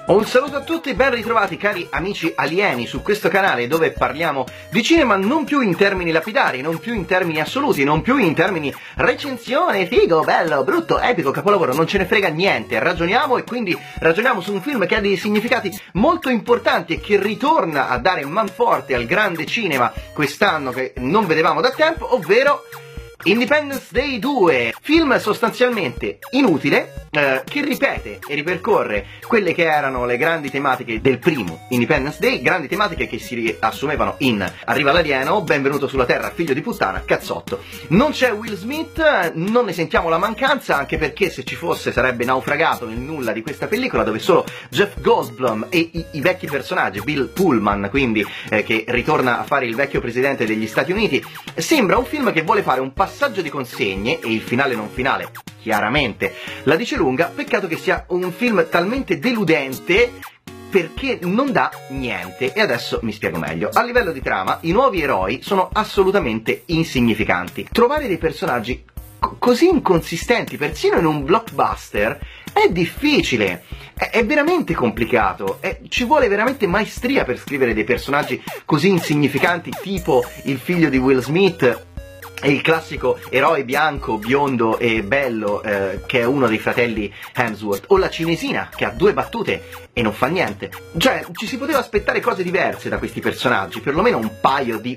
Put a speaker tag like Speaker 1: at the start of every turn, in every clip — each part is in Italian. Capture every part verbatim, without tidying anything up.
Speaker 1: Un saluto a tutti, ben ritrovati cari amici alieni su questo canale dove parliamo di cinema non più in termini lapidari, non più in termini assoluti, non più in termini recensione, figo, bello, brutto, epico, capolavoro, non ce ne frega niente, ragioniamo e quindi ragioniamo su un film che ha dei significati molto importanti e che ritorna a dare manforte al grande cinema quest'anno che non vedevamo da tempo, ovvero Independence Day due, film sostanzialmente inutile, eh, che ripete e ripercorre quelle che erano le grandi tematiche del primo Independence Day, grandi tematiche che si riassumevano in Arriva l'alieno, benvenuto sulla Terra, figlio di puttana, cazzotto. Non c'è Will Smith, non ne sentiamo la mancanza, anche perché se ci fosse sarebbe naufragato nel nulla di questa pellicola, dove solo Jeff Goldblum e i, i vecchi personaggi, Bill Pullman, quindi, eh, che ritorna a fare il vecchio presidente degli Stati Uniti. Sembra un film che vuole fare un passaggio di consegne, e il finale non finale chiaramente la dice lunga. Peccato che sia un film talmente deludente perché non dà niente, e adesso mi spiego meglio. A livello di trama, i nuovi eroi sono assolutamente insignificanti. Trovare dei personaggi co così inconsistenti, persino in un blockbuster, è difficile, è, è veramente complicato, è, ci vuole veramente maestria per scrivere dei personaggi così insignificanti, tipo il figlio di Will Smith, e il classico eroe bianco, biondo e bello, eh, che è uno dei fratelli Hemsworth, o la cinesina che ha due battute e non fa niente. Cioè, ci si poteva aspettare cose diverse da questi personaggi, perlomeno un paio di,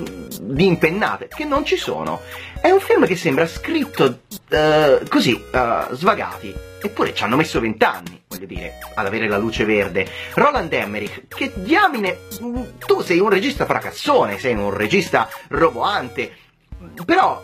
Speaker 1: di impennate, che non ci sono. È un film che sembra scritto uh, così, uh, svagati, eppure ci hanno messo vent'anni, voglio dire, ad avere la luce verde. Roland Emmerich, che diamine, tu sei un regista fracassone, sei un regista roboante, però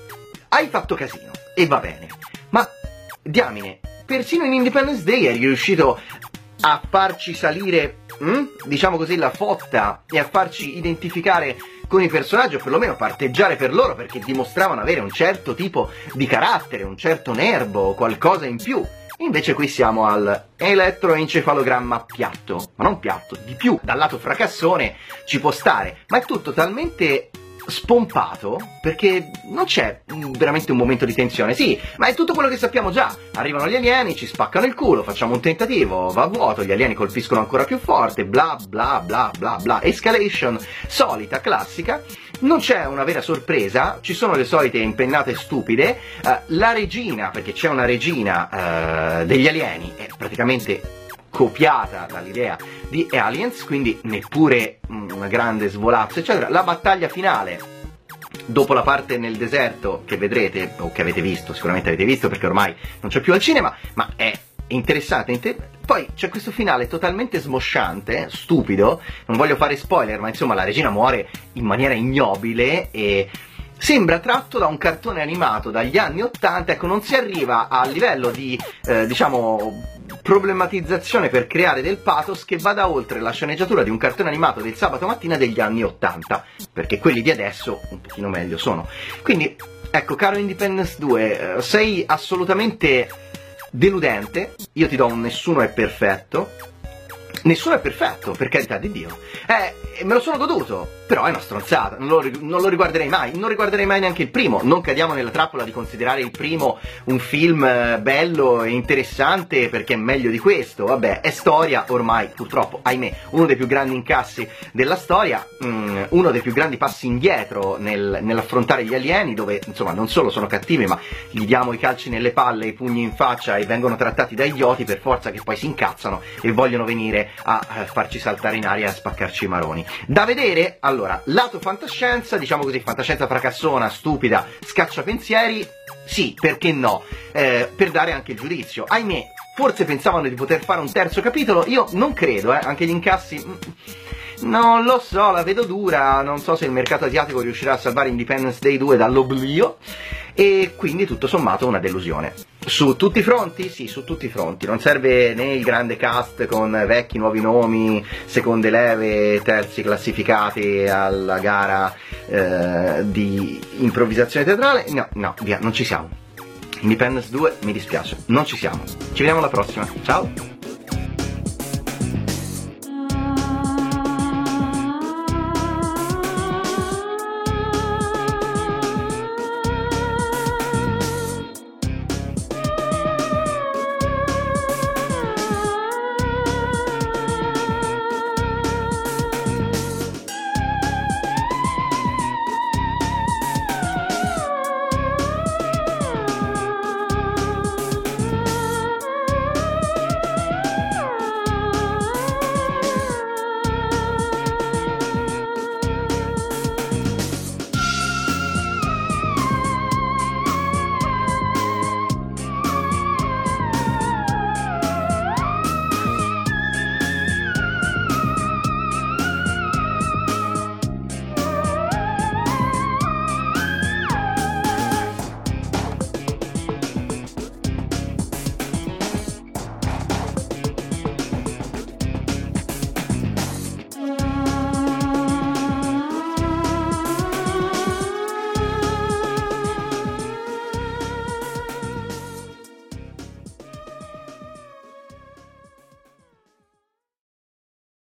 Speaker 1: hai fatto casino, e va bene, ma diamine, persino in Independence Day eri riuscito a farci salire, hm? diciamo così, la fotta, e a farci identificare con i personaggi, o perlomeno parteggiare per loro, perché dimostravano avere un certo tipo di carattere, un certo nervo, qualcosa in più. Invece qui siamo al elettroencefalogramma piatto, ma non piatto, di più. Dal lato fracassone ci può stare, ma è tutto talmente spompato perché non c'è veramente un momento di tensione. Sì, ma è tutto quello che sappiamo già. Arrivano gli alieni, ci spaccano il culo, facciamo un tentativo, va a vuoto, gli alieni colpiscono ancora più forte, bla bla bla bla bla, escalation solita, classica. Non c'è una vera sorpresa, ci sono le solite impennate stupide. uh, la regina, perché c'è una regina uh, degli alieni, è praticamente copiata dall'idea di Aliens, quindi neppure una grande svolazzo, eccetera. La battaglia finale, dopo la parte nel deserto che vedrete, o che avete visto, sicuramente avete visto perché ormai non c'è più al cinema, ma è interessante. Inter poi c'è questo finale totalmente smosciante, stupido, non voglio fare spoiler, ma insomma la regina muore in maniera ignobile e sembra tratto da un cartone animato dagli anni ottanta. Ecco, non si arriva al livello di, eh, diciamo, problematizzazione per creare del pathos che vada oltre la sceneggiatura di un cartone animato del sabato mattina degli anni ottanta, perché quelli di adesso un pochino meglio sono. Quindi, ecco, caro Independence due, eh, sei assolutamente deludente, io ti do un nessuno è perfetto. Nessuno è perfetto, per carità di Dio. Eh, me lo sono goduto, però è una stronzata, non lo, non lo riguarderei mai, non riguarderei mai neanche il primo. Non cadiamo nella trappola di considerare il primo un film bello e interessante perché è meglio di questo. Vabbè, è storia ormai, purtroppo, ahimè, uno dei più grandi incassi della storia, um, uno dei più grandi passi indietro nel, nell'affrontare gli alieni, dove, insomma, non solo sono cattivi, ma gli diamo i calci nelle palle, i pugni in faccia e vengono trattati da idioti per forza, che poi si incazzano e vogliono venire a farci saltare in aria e a spaccarci i maroni. Da vedere, allora, lato fantascienza, diciamo così, fantascienza fracassona, stupida, scacciapensieri, sì, perché no, eh, per dare anche il giudizio. Ahimè, forse pensavano di poter fare un terzo capitolo, io non credo, eh, anche gli incassi, non lo so, la vedo dura, non so se il mercato asiatico riuscirà a salvare Independence Day due dall'oblio, e quindi tutto sommato una delusione. Su tutti i fronti? Sì, su tutti i fronti. Non serve né il grande cast con vecchi nuovi nomi, seconde leve, terzi classificati alla gara eh, di improvvisazione teatrale. No, no, via, non ci siamo. Independence due, mi dispiace, non ci siamo. Ci vediamo alla prossima, ciao!